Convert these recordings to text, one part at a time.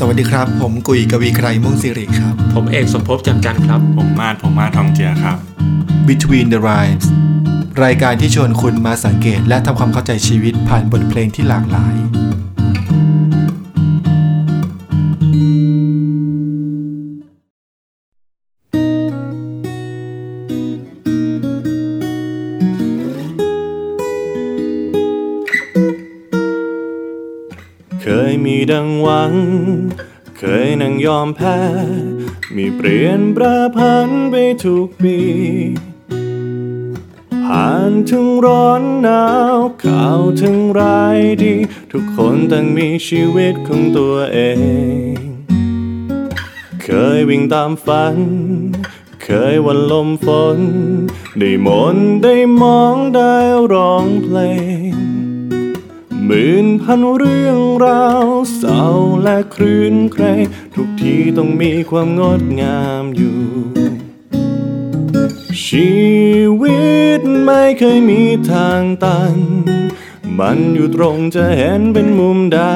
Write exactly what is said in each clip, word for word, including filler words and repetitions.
วัสดีครับผมกุยกวีไกรม่วงสิริครับผมเอกสมภพจำจันทร์ครับผมมาดผมมาดทองเจือครับ Between the Rhymes รายการที่ชวนคุณมาสังเกตและทำความเข้าใจชีวิตผ่านบทเพลงที่หลากหลายเคยมีดังหวังเคยนั่งยอมแพ้มีเปลี่ยนแปรผันไปทุกปีผ่านถึงร้อนหนาวข่าวถึงร้ายดีทุกคนต่างมีชีวิตของตัวเองเคยวิ่งตามฝันเคยวันลมฝนได้มนได้มองได้ร้องเพลงหมื่นพันเรื่องราวเศร้าและครื้นเครงทุกทีต้องมีความงดงามอยู่ชีวิตไม่เคยมีทางตันมันอยู่ตรงจะเห็นเป็นมุมใด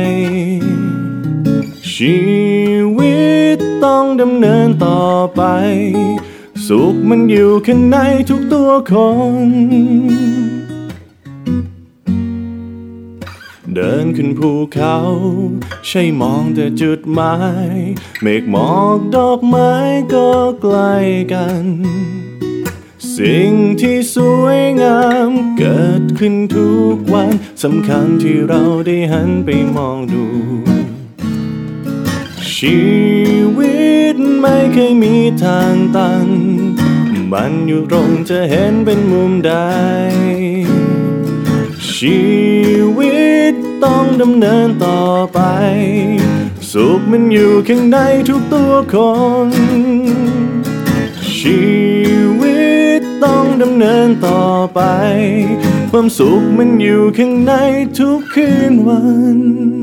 ชีวิตต้องดำเนินต่อไปสุขมันอยู่ข้างในทุกตัวคนเดินขึ้นภูเขาใช่มองแต่จุดหมายเมฆหมอกดอกไม้ก็ใกล้กันสิ่งที่สวยงามเกิดขึ้นทุกวันสำคัญที่เราได้หันไปมองดูชีวิตไม่เคยมีทางตันมันอยู่ตรงจะเห็นเป็นมุมใดชีวิตต้องดำเนินต่อไปสุขมันอยู่ข้างในทุกตัวคนชีวิตต้องดำเนินต่อไปความสุขมันอยู่ข้างในทุกคืนวัน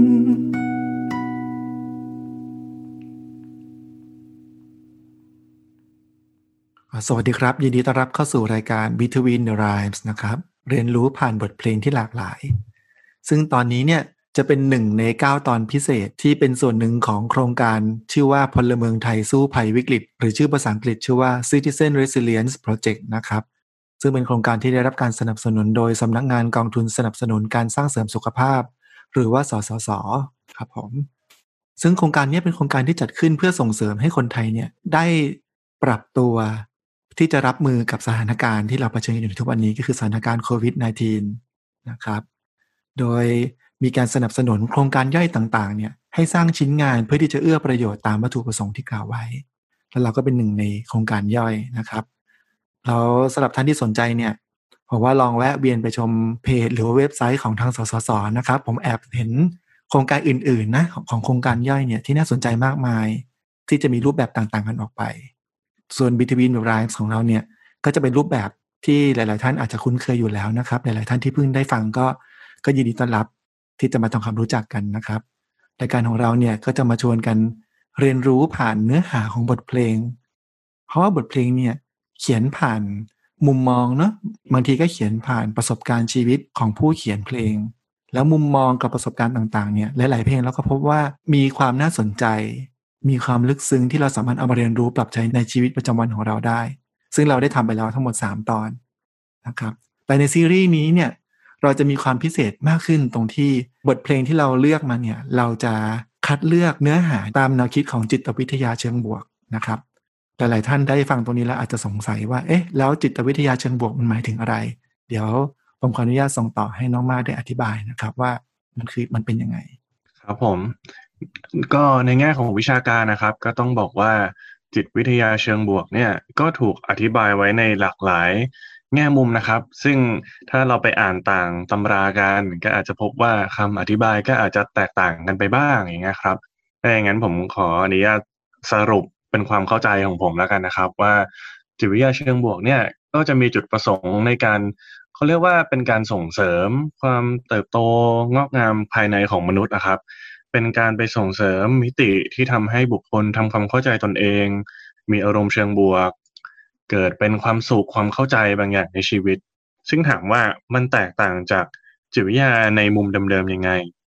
สวัสดีครับยินดีต้อนรับเข้าสู่รายการ Between the Rhymes นะครับเรียนรู้ผ่านบทเพลงที่หลากหลายซึ่งตอนนี้เนี่ยจะเป็นหนึ่งในเก้าตอนพิเศษที่เป็นส่วนหนึ่งของโครงการชื่อว่าพลเมืองไทยสู้ภัยวิกฤตหรือชื่อภาษาอังกฤษชื่อว่า Citizen Resilience Project นะครับซึ่งเป็นโครงการที่ได้รับการสนับสนุนโดยสำนักงานกองทุนสนับสนุนการสร้างเสริมสุขภาพหรือว่าสสสครับผมซึ่งโครงการนี้เป็นโครงการที่จัดขึ้นเพื่อส่งเสริมให้คนไทยเนี่ยได้ปรับตัวที่จะรับมือกับสถานการณ์ที่เราเผชิญอยู่ในทุกวันนี้ก็คือสถานการณ์โควิด สิบเก้า นะครับโดยมีการสนับสนุนโครงการย่อยต่างๆเนี่ยให้สร้างชิ้นงานเพื่อที่จะเอื้อประโยชน์ตามวัตถุประสงค์ที่กล่าวไว้แล้วเราก็เป็นหนึ่งในโครงการย่อยนะครับแล้วสำหรับท่านที่สนใจเนี่ยผมว่าลองแวะเวียนไปชมเพจหรือว่าเว็บไซต์ของทางสสสนะครับผมแอบเห็นโครงการอื่นๆนะของของโครงการย่อยเนี่ยที่น่าสนใจมากมายที่จะมีรูปแบบต่างๆกันออกไปส่วน Between the Rhymes ของเราเนี่ยก็จะเป็นรูปแบบที่หลายๆท่านอาจจะคุ้นเคยอยู่แล้วนะครับหลายๆท่านที่เพิ่งได้ฟังก็ก็ยินดีต้อนรับที่จะมาทำความรู้จักกันนะครับรายการของเราเนี่ยก็จะมาชวนกันเรียนรู้ผ่านเนื้อหาของบทเพลงเพราะว่าบทเพลงเนี่ยเขียนผ่านมุมมองเนาะบางทีก็เขียนผ่านประสบการณ์ชีวิตของผู้เขียนเพลงแล้วมุมมองกับประสบการณ์ต่างๆเนี่ยหลายๆเพลงแล้วก็พบว่ามีความน่าสนใจมีความลึกซึ้งที่เราสามารถเอามาเรียนรู้ปรับใช้ในชีวิตประจำวันของเราได้ซึ่งเราได้ทำไปแล้วทั้งหมดสามตอนนะครับแต่ในซีรีส์นี้เนี่ยเราจะมีความพิเศษมากขึ้นตรงที่บทเพลงที่เราเลือกมาเนี่ยเราจะคัดเลือกเนื้อหาตามแนวคิดของจิตวิทยาเชิงบวกนะครับหลายๆท่านได้ฟังตรงนี้แล้วอาจจะสงสัยว่าเอ๊ะแล้วจิตวิทยาเชิงบวกมันหมายถึงอะไรเดี๋ยวผมขออนุญาตส่งต่อให้น้องมาได้อธิบายนะครับว่ามันคือมันเป็นยังไงครับผมก็ในแง่ของวิชาการนะครับก็ต้องบอกว่าจิตวิทยาเชิงบวกเนี่ยก็ถูกอธิบายไว้ในหลากหลายแง่มุมนะครับซึ่งถ้าเราไปอ่านต่างตำรากันก็อาจจะพบว่าคำอธิบายก็อาจจะแตกต่างกันไปบ้างอย่างเงี้ยครับถ้าอย่างนั้นผมขออนุญาตสรุปเป็นความเข้าใจของผมแล้วกันนะครับว่าจิตวิทยาเชิงบวกเนี่ยก็จะมีจุดประสงค์ในการเขาเรียกว่าเป็นการส่งเสริมความเติบโตงอกงามภายในของมนุษย์นะครับเป็นการไปส่งเสริมมิติที่ทำให้บุคคลทำความเข้าใจตนเองมีอารมณ์เชิงบวกเกิดเป็นความสุขความเข้าใจบางอย่างในชีวิตซึ่งถามว่ามันแตกต่างจากจิตวิทยาในมุมเดิมๆยังไง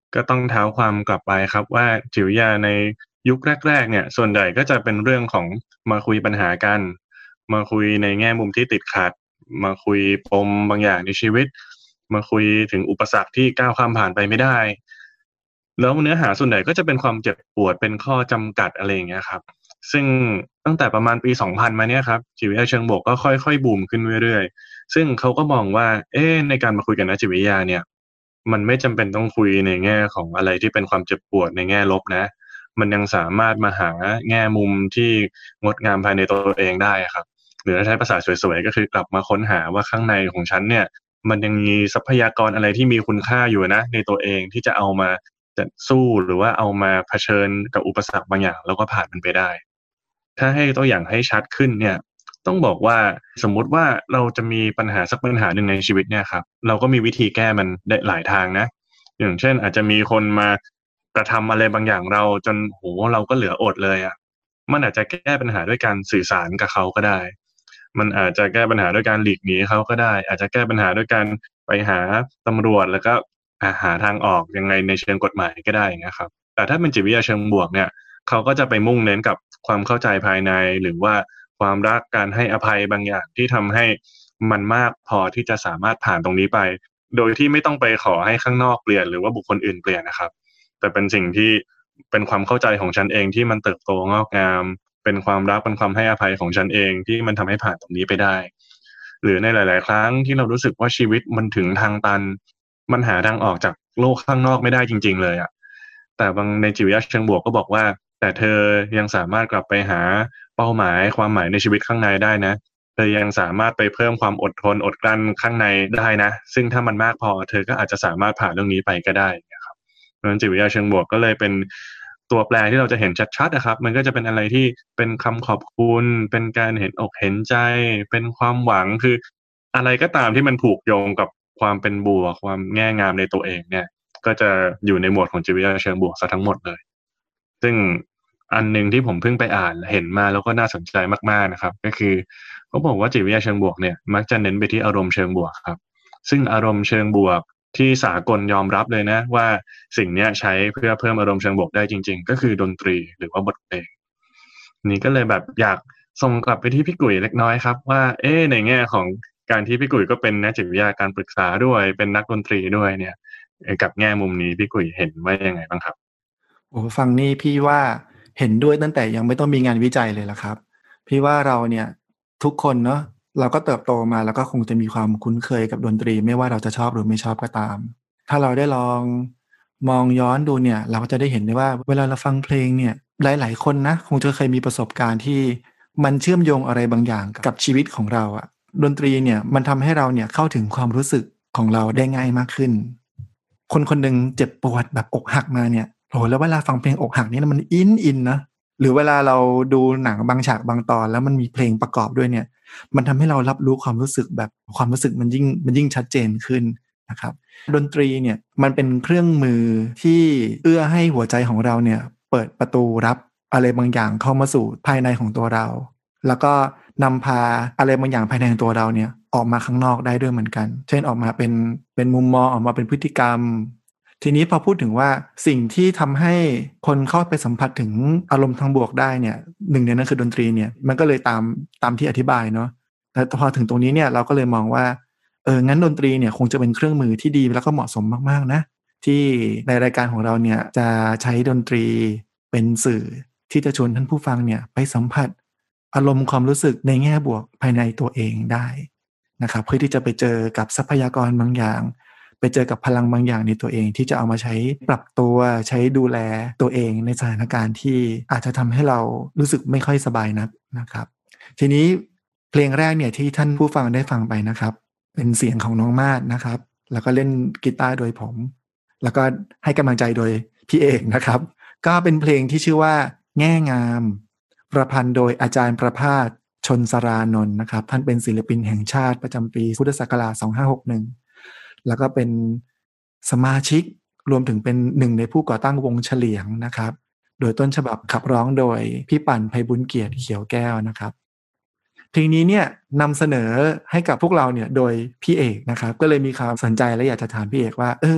ก็ต้องเท้าความกลับไปครับว่าจิตวิทยาในยุคแรกๆเนี่ยส่วนใหญ่ก็จะเป็นเรื่องของมาคุยปัญหากันมาคุยในแง่มุมที่ติดขัดมาคุยปมบางอย่างในชีวิตมาคุยถึงอุปสรรคที่ก้าวข้ามผ่านไปไม่ได้แล้วเนื้อหาส่วนใหญ่ก็จะเป็นความเจ็บปวดเป็นข้อจำกัดอะไรอย่างเงี้ยครับซึ่งตั้งแต่ประมาณปีสองพันมาเนี่ยครับจิตวิทยาเชิงบวกก็ค่อยๆบูมขึ้นเรื่อยๆซึ่งเขาก็มองว่าเอ๊ะในการมาคุยกันนักจิตวิทยาเนี่ย มันไม่จำเป็นต้องคุยในแง่ของอะไรที่เป็นความเจ็บปวดในแง่ลบนะมันยังสามารถมาหาแง่มุมที่งดงามภายในตัวเองได้ครับหรือถ้าใช้ภาษาสวยๆก็คือกลับมาค้นหาว่าข้างในของฉันเนี่ยมันยังมีทรัพยากรอะไรที่มีคุณค่าอยู่นะในตัวเองที่จะเอามาจะสู้หรือว่าเอามาเผชิญกับอุปสรรคบางอย่างแล้วก็ผ่านมันไปได้ถ้าให้ตัวอย่างให้ชัดขึ้นเนี่ย ต้องบอกว่าสมมุติว่าเราจะมีปัญหาสักปัญหาหนึ่งในชีวิตเนี่ยครับเราก็มีวิธีแก้มันได้หลายทางนะอย่างเช่นอาจจะมีคนมากระทำอะไรบางอย่างเราจนโหเราก็เหลืออดเลยอะมันอาจจะแก้ปัญหาด้วยการสื่อสารกับเขาก็ได้มันอาจจะแก้ปัญหาด้วยการหลีกหนีเขาก็ได้อาจจะแก้ปัญหาด้วยการไปหาตำรวจแล้วก็อ่าหาทางออกยังไงในเชิงกฎหมายก็ได้อย่างเงี้ยครับแต่ถ้าเป็นจิตวิทยาเชิงบวกเนี่ยเขาก็จะไปมุ่งเน้นกับความเข้าใจภายในหรือว่า ความรักการให้อภัยบางอย่างที่ทำให้มันมากพอที่จะสามารถผ่านตรงนี้ไปโดยที่ไม่ต้องไปขอให้ข้างนอกเปลี่ยนหรือว่าบุคคลอื่นเปลี่ยนนะครับแต่เป็นสิ่งที่เป็นความเข้าใจของฉันเองที่มันเติบโตงอกงามเป็นความรักเป็นความให้อภัยของฉันเองที่มันทำให้ผ่านตรงนี้ไปได้หรือในหลายๆครั้งที่เรารู้สึกว่าชีวิตมันถึงทางตันมันหาทางออกจากโลกข้างนอกไม่ได้จริงๆเลยอะแต่บางในจิตวิทยาเชิงบวกก็บอกว่าแต่เธอยังสามารถกลับไปหา เป้าหมายความหมายในชีวิตข้างในได้นะเธอยังสามารถไปเพิ่มความอดทนอดกลั้นข้างในได้นะซึ่งถ้ามันมากพอเธอก็อาจจะสามารถผ่านเรื่องนี้ไปก็ได้นะครับเพราะฉะนั้นจิตวิทยาเชิงบวกก็เลยเป็นตัวแปรที่เราจะเห็นชัดๆนะครับมันก็จะเป็นอะไรที่เป็นคำขอบคุณเป็นการเห็นอกเห็นใจเป็นความหวังคืออะไรก็ตามที่มันผูกโยงกับความเป็นบวกความแง่งามในตัวเองเนี่ยก็จะอยู่ในหมวดของจิตวิทยาเชิงบวกซะทั้งหมดเลยซึ่ง อันหนึ่งที่ผมเพิ่งไปอ่านเห็นมาแล้วก็น่าสนใจมากๆนะครับก็คือเขาบอกว่าจิตวิทยาเชิงบวกเนี่ยมักจะเน้นไปที่อารมณ์เชิงบวกครับซึ่งอารมณ์เชิงบวกที่สากลยอมรับเลยนะว่าสิ่งนี้ใช้เพื่อเพิ่มอารมณ์เชิงบวกได้จริงๆก็คือดนตรีหรือว่าบทเพลงนี่ก็เลยแบบอยากส่งกลับไปที่พี่กุ๋ยเล็กน้อยครับว่าเอ๊ะในแง่ของการที่พี่กุ๋ยก็เป็นนักจิตวิทยาการปรึกษาด้วยเป็นนักดนตรีด้วยเนี่ยกับแง่มุมนี้พี่กุ๋ยเห็นว่ายังไงบ้างครับโอ้ฟังนี่พี่ว่าเห็นด้วยตั้งแต่ยังไม่ต้องมีงานวิจัยเลยล่ะครับพี่ว่าเราเนี่ยทุกคนเนาะเราก็เติบโตมาแล้วก็คงจะมีความคุ้นเคยกับดนตรีไม่ว่าเราจะชอบหรือไม่ชอบก็ตามถ้าเราได้ลองมองย้อนดูเนี่ยเราก็จะได้เห็นได้ว่าเวลาเราฟังเพลงเนี่ยหลายๆคนนะคงจะเคยมีประสบการณ์ที่มันเชื่อมโยงอะไรบางอย่างกับชีวิตของเราอะดนตรีเนี่ยมันทำให้เราเนี่ยเข้าถึงความรู้สึกของเราได้ง่ายมากขึ้นคนคนหนึ่งเจ็บปวดแบบอกหักมาเนี่ย โอ้แล้วเวลาฟังเพลงอกหักนี่มันอินอินนะหรือเวลาเราดูหนังบางฉากบางตอนแล้วมันมีเพลงประกอบด้วยเนี่ยมันทำให้เรารับรู้ความรู้สึกแบบความรู้สึกมันยิ่งมันยิ่งชัดเจนขึ้นนะครับดนตรีเนี่ยมันเป็นเครื่องมือที่เอื้อให้หัวใจของเราเนี่ยเปิดประตูรับอะไรบางอย่างเข้ามาสู่ภายในของตัวเราแล้วก็นำพาอะไรบางอย่างภายในของตัวเราเนี่ยออกมาข้างนอกได้ด้วยเหมือนกันเช่นออกมาเป็นเป็นมุมมองออกมาเป็นพฤติกรรม ทีนี้พอพูดถึงว่าสิ่งที่ทำให้คนเข้าไปสัมผัสถึงอารมณ์ทางบวกได้เนี่ยหนึ่งในนั้นคือดนตรีเนี่ยมันก็เลยตามตามที่อธิบายเนาะแต่พอถึงตรงนี้เนี่ยเราก็เลยมองว่าเอองั้นดนตรีเนี่ยคงจะเป็นเครื่องมือที่ดีแล้วก็เหมาะสมมากๆนะที่ในรายการของเราเนี่ยจะใช้ดนตรีเป็นสื่อที่จะชวนท่านผู้ฟังเนี่ยไปสัมผัสอารมณ์ความรู้สึกในแง่บวกภายในตัวเองได้นะครับเพื่อที่จะไปเจอกับทรัพยากรบางอย่าง ไปเจอกับพลังบางอย่างในตัวเองที่จะเอามาใช้ปรับตัวใช้ดูแลตัวเองในสถานการณ์ที่อาจจะทำให้เรารู้สึกไม่ค่อยสบายนักนะครับทีนี้เพลงแรกเนี่ยที่ท่านผู้ฟังได้ฟังไปนะครับเป็นเสียงของน้องมาศนะครับแล้วก็เล่นกีตาร์โดยผมแล้วก็ให้กำลังใจโดยพี่เอกนะครับก็เป็นเพลงที่ชื่อว่าแง่งามประพันธ์โดยอาจารย์ประภาสชนสรานนท์นะครับท่านเป็นศิลปินแห่งชาติประจำปีพุทธศักราชสองพันห้าร้อยหกสิบเอ็ดแล้วก็เป็นสมาชิกรวมถึงเป็นหนึ่งในผู้ก่อตั้งวงเฉลียงนะครับโดยต้นฉบับขับร้องโดยพี่ปั่นไพบุญเกียรติเขียวแก้วนะครับเพลงนี้เนี่ยนำเสนอให้กับพวกเราเนี่ยโดยพี่เอกนะครับก็เลยมีความสนใจและอยากจะถามพี่เอกว่าเออ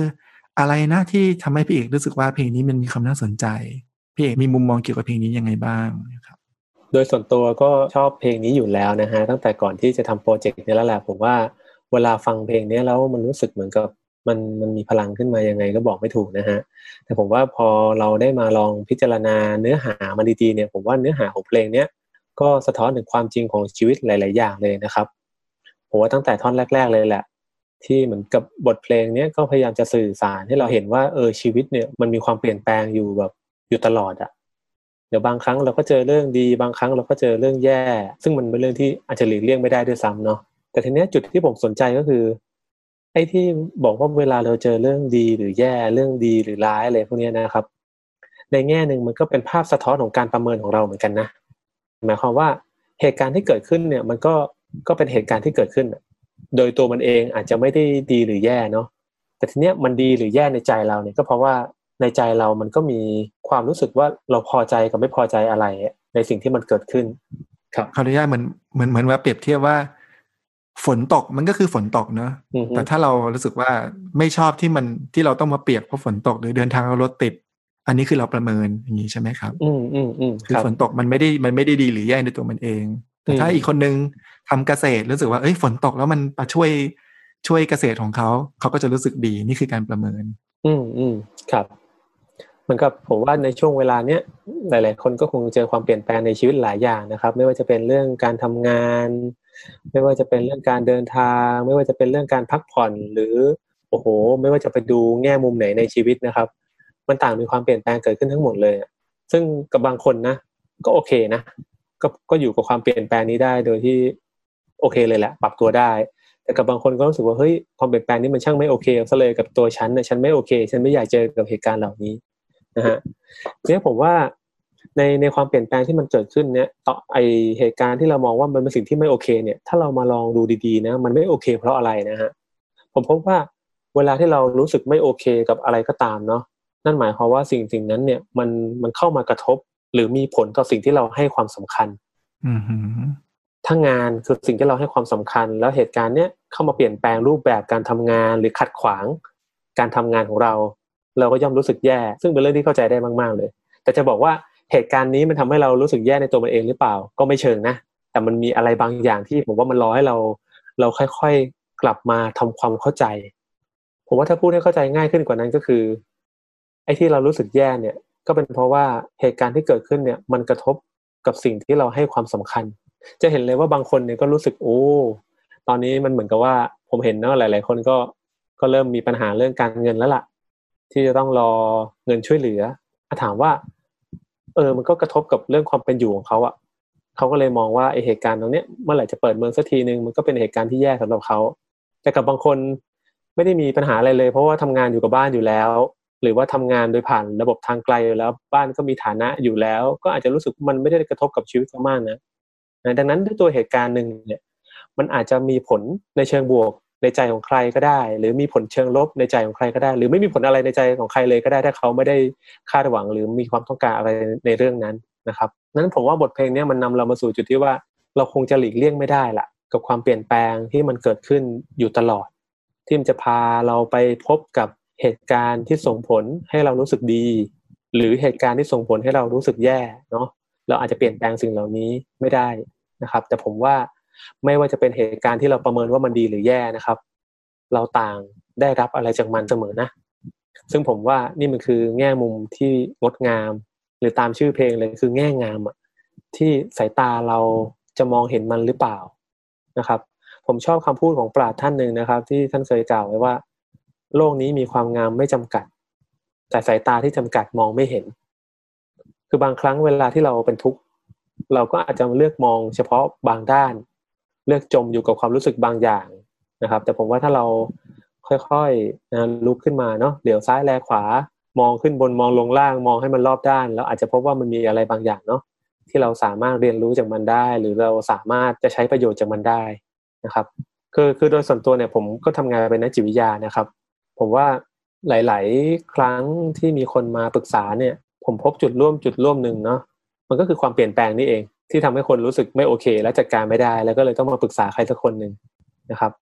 อะไรนะที่ทำให้พี่เอกรู้สึกว่าเพลงนี้มันมีความน่าสนใจพี่เอกมีมุมมองเกี่ยวกับเพลงนี้ยังไงบ้างครับโดยส่วนตัวก็ชอบเพลงนี้อยู่แล้วนะฮะตั้งแต่ก่อนที่จะทำโปรเจกต์นี้แล้วแหละผมว่าเวลาฟังเพลงนี้แล้วมันรู้สึกเหมือนกับมันมันมีพลังขึ้นมายังไงก็บอกไม่ถูกนะฮะแต่ผมว่าพอเราได้มาลองพิจารณาเนื้อหามันดีๆเนี่ยผมว่าเนื้อหาของเพลงเนี้ยก็สะท้อนถึงความจริงของชีวิตหลายๆอย่างเลยนะครับผมว่าตั้งแต่ท่อนแรกๆเลยแหละที่เหมือนกับบทเพลงเนี้ยก็พยายามจะสื่อสารให้เราเห็นว่าเออชีวิตเนี่ยมันมีความเปลี่ยนแปลงอยู่แบบอยู่ตลอดอะเดี๋ยวบางครั้งเราก็เจอเรื่องดีบางครั้งเราก็เจอเรื่องแย่ซึ่งมันเป็นเรื่องที่อาจจะหลีกเลี่ยงไม่ได้ด้วยซ้ำเนาะแต่ทีเนี้ยจุดที่ผมสนใจก็คือไอ้ที่บอกว่าเวลาเราเจอเรื่องดีหรือแย่เรื่องดีหรือร้ายอะไรพวกนี้นะครับในแง่หนึ่งมันก็เป็นภาพสะท้อนของการประเมินของเราเหมือนกันนะหมายความว่าเหตุการณ์ที่เกิดขึ้นเนี่ยมันก็ก็เป็นเหตุการณ์ที่เกิดขึ้นโดยตัวมันเองอาจจะไม่ได้ดีหรือแย่เนาะแต่ทีเนี้ยมันดีหรือแย่ในใจเราเนี่ยก็เพราะว่าในใจเรามันก็มีความรู้สึกว่าเราพอใจกับไม่พอใจอะไรในสิ่งที่มันเกิดขึ้นครับขออนุญาตเหมือนเหมือนเหมือนว่าเปรียบเทียบว่าฝนตกมันก็คือฝนตกเนอะแต่ถ้าเรารู้สึกว่าไม่ชอบที่มันที่เราต้องมาเปียกเพราะฝนตกหรือเดินทางรถติดอันนี้คือเราประเมินอย่างนี้ใช่ไหมครับอืมอืมอืมคือฝนตกมันไม่ได้มันไม่ได้ดีหรือแย่ในตัวมันเองแต่ถ้าอีกคนนึงทำเกษตรรู้สึกว่าเอ้ยฝนตกแล้วมันมาช่วยช่วยเกษตรของเขาเขาก็จะรู้สึกดีนี่คือการประเมินอืมอืมครับเหมือนกับผมว่าในช่วงเวลาเนี้ยหลายๆคนก็คงเจอความเปลี่ยนแปลงในชีวิตหลายอย่างนะครับไม่ว่าจะเป็นเรื่องการทำงานไม่ว่าจะเป็นเรื่องการเดินทางไม่ว่าจะเป็นเรื่องการพักผ่อนหรือโอ้โหไม่ว่าจะไปดูแง่มุมไหนในชีวิตนะครับมันต่างมีความเปลี่ยนแปลงเกิดขึ้นทั้งหมดเลยซึ่งกับบางคนนะก็โอเคนะก็ก็อยู่กับความเปลี่ยนแปลงนี้ได้โดยที่โอเคเลยแหละปรับตัวได้แต่กับบางคนก็รู้สึกว่าเฮ้ยความเปลี่ยนแปลงนี้มันช่างไม่โอเคซะเลยกับตัวฉันนะฉันไม่โอเคฉันไม่อยากเจอกับเหตุการณ์เหล่านี้นะฮะเนี่ยผมว่าในในความเปลี่ยนแปลงที่มันเกิดขึ้นเนี่ยต่อไอเหตุการณ์ที่เรามองว่ามันเป็นสิ่งที่ไม่โอเคเนี่ยถ้าเรามาลองดูดีๆนะมันไม่โอเคเพราะอะไรนะฮะผมพบว่าเวลาที่เรารู้สึกไม่โอเคกับอะไรก็ตามเนาะนั่นหมายความว่าสิ่งสิ่งนั้นเนี่ยมันมันเข้ามากระทบหรือมีผลต่อสิ่งที่เราให้ความสำคัญอือหือถ้างานคือสิ่งที่เราให้ความสำคัญแล้วเหตุการณ์เนี้ยเข้ามาเปลี่ยนแปลงรูปแบบการทำงานหรือขัดขวางการทำงานของเราเราก็ย่อมรู้สึกแย่ซึ่งเป็นเรื่องที่เข้าใจได้มากๆเลยแต่จะบอกว่าเหตุการณ์นี้มันทำให้เรารู้สึกแย่ในตัวมันเองหรือเปล่าก็ไม่เชิงนะแต่มันมีอะไรบางอย่างที่ผมว่ามันรอให้เราเราค่อยๆกลับมาทำความเข้าใจผมว่าถ้าพูดให้เข้าใจง่ายขึ้นกว่านั้นก็คือไอ้ที่เรารู้สึกแย่เนี่ยก็เป็นเพราะว่าเหตุการณ์ที่เกิดขึ้นเนี่ยมันกระทบกับสิ่งที่เราให้ความสำคัญจะเห็นเลยว่าบางคนเนี่ยก็รู้สึกโอ้ตอนนี้มันเหมือนกับว่าผมเห็นเนาะหลายๆคนก็ก็เริ่มมีปัญหาเรื่องการเงินแล้วล่ะที่จะต้องรอเงินช่วยเหลือถามว่าเออมันก็กระทบกับเรื่องความเป็นอยู่ของเขาอ่ะเขาก็เลยมองว่าไอเหตุการณ์ตรงเนี้ยเมื่อไหร่จะเปิดเมืองสักทีนึงมันก็เป็นเหตุการณ์ที่แย่สำหรับเขาแต่กับบางคนไม่ได้มีปัญหาอะไรเลยเพราะว่าทำงานอยู่กับบ้านอยู่แล้วหรือว่าทำงานโดยผ่านระบบทางไกลอยู่แล้วบ้านก็มีฐานะอยู่แล้วก็อาจจะรู้สึกมันไม่ได้กระทบกับชีวิตเขามากนะดังนั้นด้วยตัวเหตุการณ์หนึ่งเนี่ยมันอาจจะมีผลในเชิงบวกในใจของใครก็ได้หรือมีผลเชิงลบในใจของใครก็ได้หรือไม่มีผลอะไรในใจของใครเลยก็ได้ถ้าเขาไม่ได้คาดหวังหรือมีความต้องการอะไรในเรื่องนั้นนะครับนั้นผมว่าบทเพลงนี้มันนำเรามาสู่จุดที่ว่าเราคงจะหลีกเลี่ยงไม่ได้ละกับความเปลี่ยนแปลงที่มันเกิดขึ้นอยู่ตลอดที่มันจะพาเราไปพบกับเหตุการณ์ที่ส่งผลให้เรารู้สึกดีหรือเหตุการณ์ที่ส่งผลให้เรารู้สึกแย่เนาะเราอาจจะเปลี่ยนแปลงสิ่งเหล่านี้ไม่ได้นะครับแต่ผมว่าไม่ว่าจะเป็นเหตุการณ์ที่เราประเมินว่ามันดีหรือแย่นะครับเราต่างได้รับอะไรจากมันเสมอนะซึ่งผมว่านี่มันคือแง่มุมที่งดงามหรือตามชื่อเพลงเลยคือแง่งามอ่ะที่สายตาเราจะมองเห็นมันหรือเปล่านะครับผมชอบคำพูดของปราชญ์ท่านหนึ่งนะครับที่ท่านเคยกล่าวไว้ว่าโลกนี้มีความงามไม่จำกัดแต่สายตาที่จำกัดมองไม่เห็นคือบางครั้งเวลาที่เราเป็นทุกข์เราก็อาจจะเลือกมองเฉพาะบางด้านเลือกจมอยู่กับความรู้สึกบางอย่างนะครับแต่ผมว่าถ้าเราค่อยๆนะลุกขึ้นมาเนาะเหลียวซ้ายแลขวามองขึ้นบนมองลงล่างมองให้มันรอบด้านแล้วอาจจะพบว่ามันมีอะไรบางอย่างเนาะที่เราสามารถเรียนรู้จากมันได้หรือเราสามารถจะใช้ประโยชน์จากมันได้นะครับคือคือโดยส่วนตัวเนี่ยผมก็ทำงานเป็นนักจิตวิทยานะครับผมว่าหลายๆครั้งที่มีคนมาปรึกษาเนี่ยผมพบจุดร่วมจุดร่วมหนึ่งเนาะมันก็คือความเปลี่ยนแปลงนี่เองที่ทำให้คนรู้สึกไม่โอเคและจัดการไม่ได้แล้วก็เลยต้องมาปรึกษาใครสักคนหนึ่งนะครับ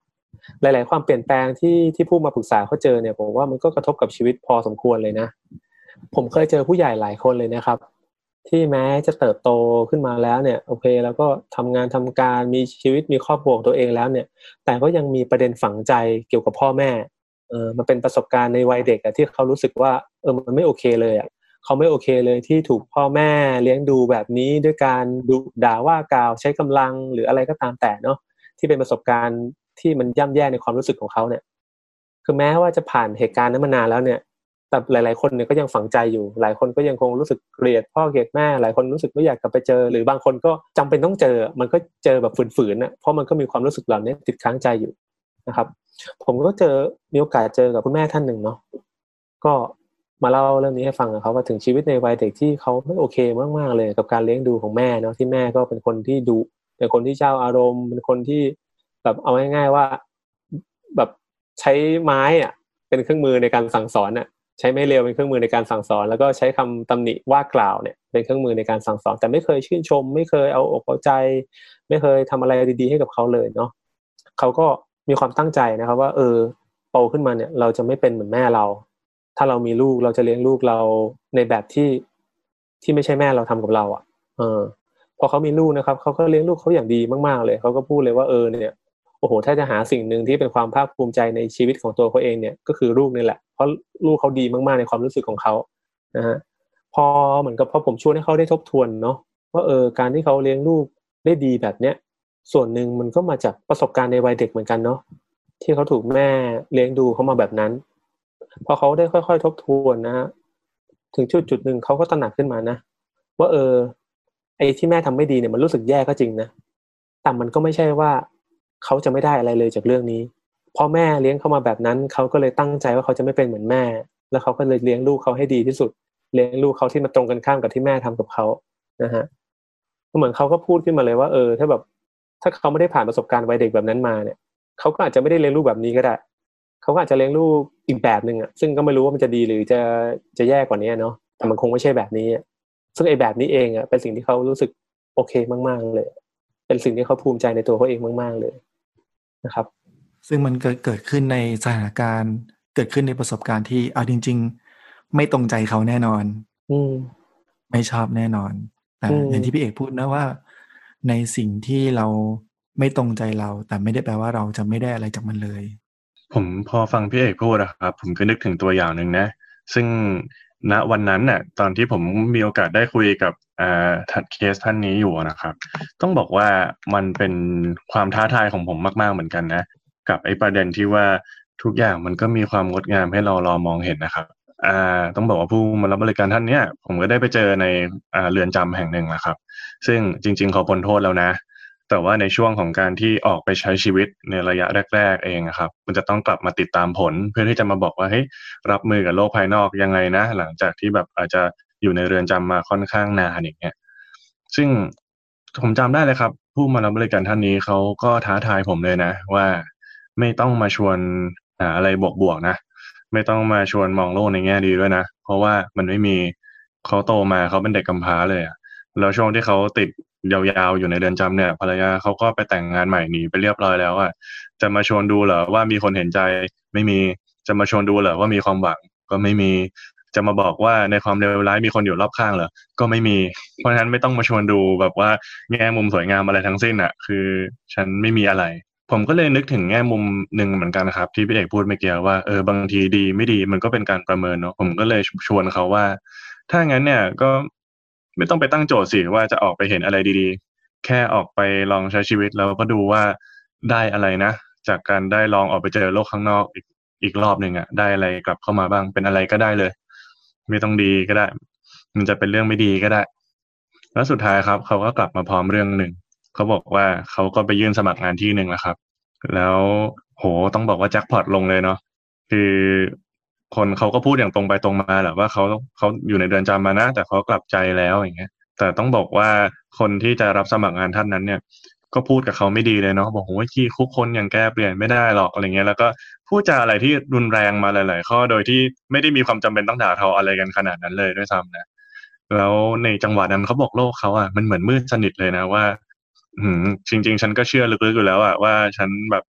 หลายๆความเปลี่ยนแปลงที่ที่ผู้มาปรึกษาเขาเจอเนี่ยผมว่ามันก็กระทบกับชีวิตพอสมควรเลยนะผมเคยเจอผู้ใหญ่หลายคนเลยนะครับที่แม้จะเติบโตขึ้นมาแล้วเนี่ยโอเคแล้วก็ทำงานทำการมีชีวิตมีครอบครัวของตัวเองแล้วเนี่ยแต่ก็ยังมีประเด็นฝังใจเกี่ยวกับพ่อแม่เออมันเป็นประสบการณ์ในวัยเด็กอะที่เขารู้สึกว่าเออมันไม่โอเคเลยอะเขาไม่โอเคเลยที่ถูกพ่อแม่เลี้ยงดูแบบนี้ด้วยการดุด่าว่ากล่าวใช้กำลังหรืออะไรก็ตามแต่เนาะที่เป็นประสบการณ์ที่มันย่ำแย่ในความรู้สึกของเขาเนี่ยคือแม้ว่าจะผ่านเหตุการณ์นั้นมานานแล้วเนี่ยแต่หลายๆคนเนี่ยก็ยังฝังใจอยู่หลายคนก็ยังคงรู้สึกเกลียดพ่อเกลียดแม่หลายคนรู้สึกไม่อยากกลับไปเจอหรือบางคนก็จำเป็นต้องเจอมันก็เจอแบบฝืนๆนะเพราะมันก็มีความรู้สึกเหล่านี้ติดค้างใจอยู่นะครับผมก็เจอมีโอกาสเจอกับคุณแม่ท่านหนึ่งเนาะก็มาเล่าเรื่องนี้ให้ฟังนะครับว่าถึงชีวิตในวัยเด็กที่เขาไม่โอเคมากๆเลยกับการเลี้ยงดูของแม่เนาะที่แม่ก็เป็นคนที่ดุเป็นคนที่เจ้าอารมณ์เป็นคนที่แบบเอาง่ายๆว่าแบบใช้ไม้อะเป็นเครื่องมือในการสั่งสอนอะใช้ไม้เรียวเป็นเครื่องมือในการสั่งสอนแล้วก็ใช้คำตำหนิว่ากล่าวเนี่ยเป็นเครื่องมือในการสั่งสอนแต่ไม่เคยชื่นชมไม่เคยเอาอกเอาใจไม่เคยทำอะไรดีๆให้กับเขาเลยเนาะเขาก็มีความตั้งใจนะครับว่าเออโตขึ้นมาเนี่ยเราจะไม่เป็นเหมือนแม่เราถ้าเรามีลูกเราจะเลี้ยงลูกเราในแบบที่ที่ไม่ใช่แม่เราทำกับเราอ่ะเออพอเขามีลูกนะครับเขาก็เลี้ยงลูกเขาอย่างดีมากๆเลยเขาก็พูดเลยว่าเออเนี่ยโอ้โหถ้าจะหาสิ่งหนึ่งที่เป็นความภาคภูมิใจในชีวิตของตัวเขาเองเนี่ยก็คือลูกนี่แหละเพราะลูกเขาดีมากๆในความรู้สึกของเขานะฮะพอเหมือนกับพอผมชวนให้เขาได้ทบทวนเนาะว่าเออการที่เขาเลี้ยงลูกได้ดีแบบเนี้ยส่วนหนึ่งมันก็มาจากประสบการณ์ในวัยเด็กเหมือนกันเนาะที่เขาถูกแม่เลี้ยงดูเขามาแบบนั้นพอเขาได้ค่อยๆทบทวนนะฮะถึงจุดจุดหนึ่งเขาก็ตระหนักขึ้นมานะว่าเออไอ้ที่แม่ทำไม่ดีเนี่ยมันรู้สึกแย่ก็จริงนะแต่มันก็ไม่ใช่ว่าเขาจะไม่ได้อะไรเลยจากเรื่องนี้พอแม่เลี้ยงเขามาแบบนั้นเขาก็เลยตั้งใจว่าเขาจะไม่เป็นเหมือนแม่แล้วเขาก็เลยเลี้ยงลูกเขาให้ดีที่สุดเลี้ยงลูกเขาที่มาตรงกันข้ามกับที่แม่ทำกับเขานะฮะก็เหมือนเขาก็พูดขึ้นมาเลยว่าเออถ้าแบบถ้าเขาไม่ได้ผ่านประสบการณ์วัยเด็กแบบนั้นมาเนี่ยเขาก็อาจจะไม่ได้เลี้ยงลูกแบบนี้ก็ได้เขาก็อาจจะเลี้ยงลูกอีกแบบหนึ่งอ่ะซึ่งก็ไม่รู้ว่ามันจะดีหรือจะจะแย่กว่านี้เนาะแต่มันคงไม่ใช่แบบนี้ซึ่งไอ้แบบนี้เองอ่ะเป็นสิ่งที่เขารู้สึกโอเคมากๆเลยเป็นสิ่งที่เขาภูมิใจในตัวเขาเองมากๆเลยนะครับซึ่งมันเกิดเกิดขึ้นในสถานการณ์เกิดขึ้นในประสบการณ์ที่เอาจริงๆไม่ตรงใจเขาแน่นอนอืมไม่ชอบแน่นอนแต่อย่างที่พี่เอกพูดนะว่าในสิ่งที่เราไม่ตรงใจเราแต่ไม่ได้แปลว่าเราจะไม่ได้อะไรจากมันเลยผมพอฟังพี่เอกพูดนะครับผมก็นึกถึงตัวอย่างหนึ่งนะซึ่งณวันนั้นน่ะตอนที่ผมมีโอกาสได้คุยกับอ่าทัดเคสท่านนี้อยู่นะครับต้องบอกว่ามันเป็นความท้าทายของผมมากๆเหมือนกันนะกับไอ้ประเด็นที่ว่าทุกอย่างมันก็มีความงดงามให้เรารอมองเห็นนะครับอ่าต้องบอกว่าผู้มารับบริการท่านเนี้ยผมก็ได้ไปเจอในอ่าเรือนจำแห่งหนึ่งนะครับซึ่งจริงๆเขาพ้นโทษแล้วนะแต่ว่าในช่วงของการที่ออกไปใช้ชีวิตในระยะแรกๆเองครับมันจะต้องกลับมาติดตามผลเพื่อที่จะมาบอกว่าเฮ้ยรับมือกับโลกภายนอกยังไงนะหลังจากที่แบบอาจจะอยู่ในเรือนจำมาค่อนข้างนานอย่างเงี้ยซึ่งผมจำได้เลยครับผู้มารับบริการท่านนี้เขาก็ท้าทายผมเลยนะว่าไม่ต้องมาชวนหาอะไรบวกๆนะไม่ต้องมาชวนมองโลกในแง่ดีด้วยนะเพราะว่ามันไม่มีเขาโตมาเขาเป็นเด็กกำพร้าเลยอะแล้วช่วงที่เขาติดยาวๆอยู่ในเรือนจำเนี่ยภรรยาเขาก็ไปแต่งงานใหม่หนีไปเรียบร้อยแล้วอะจะมาชวนดูเหรอว่ามีคนเห็นใจไม่มีจะมาชวนดูเหรอว่ามีความหวังก็ไม่มีจะมาบอกว่าในความเลวร้ายมีคนอยู่รอบข้างเหรอก็ไม่มีเพราะฉะนั้นไม่ต้องมาชวนดูแบบว่าแง่มุมสวยงามอะไรทั้งสิ้นอะคือฉันไม่มีอะไรผมก็เลยนึกถึงแง่มุมหนึ่งเหมือนกันนะครับที่พี่เอกพูดเมื่อกี้ว่าเออบางทีดีไม่ดีมันก็เป็นการประเมินเนาะผมก็เลยชวนเขาว่าถ้างั้นเนี่ยก็ไม่ต้องไปตั้งโจทย์สิว่าจะออกไปเห็นอะไรดีๆแค่ออกไปลองใช้ชีวิตแล้วก็ดูว่าได้อะไรนะจากการได้ลองออกไปเจอโลกข้างนอกอีกอีกรอบหนึ่งอ่ะได้อะไรกลับเข้ามาบ้างเป็นอะไรก็ได้เลยไม่ต้องดีก็ได้มันจะเป็นเรื่องไม่ดีก็ได้แล้วสุดท้ายครับเขาก็กลับมาพร้อมเรื่องหนึ่งเขาบอกว่าเขาก็ไปยื่นสมัครงานที่หนึ่งแล้วครับแล้วโหต้องบอกว่าแจ็คพอตลงเลยเนาะคือคนเขาก็พูดอย่างตรงไปตรงมาแหละว่าเขาเขาอยู่ในเรือนจำมานะแต่เขากลับใจแล้วอย่างเงี้ยแต่ต้องบอกว่าคนที่จะรับสมัครงานท่านนั้นเนี่ยก็พูดกับเขาไม่ดีเลยเนาะบอกโอ้ยขี้คุกคนอย่างแกเปลี่ยนไม่ได้หรอกอะไรเงี้ยแล้วก็พูดจาอะไรที่รุนแรงมาหลายๆข้อโดยที่ไม่ได้มีความจำเป็นต้องด่าทออะไรกันขนาดนั้นเลยด้วยซ้ำนะแล้วในจังหวะนั้นเขาบอกโลกเขาอ่ะมันเหมือนมืดสนิทเลยนะว่าอืมจริงๆฉันก็เชื่อลึกๆอยู่แล้วอ่ะว่าฉันแบบ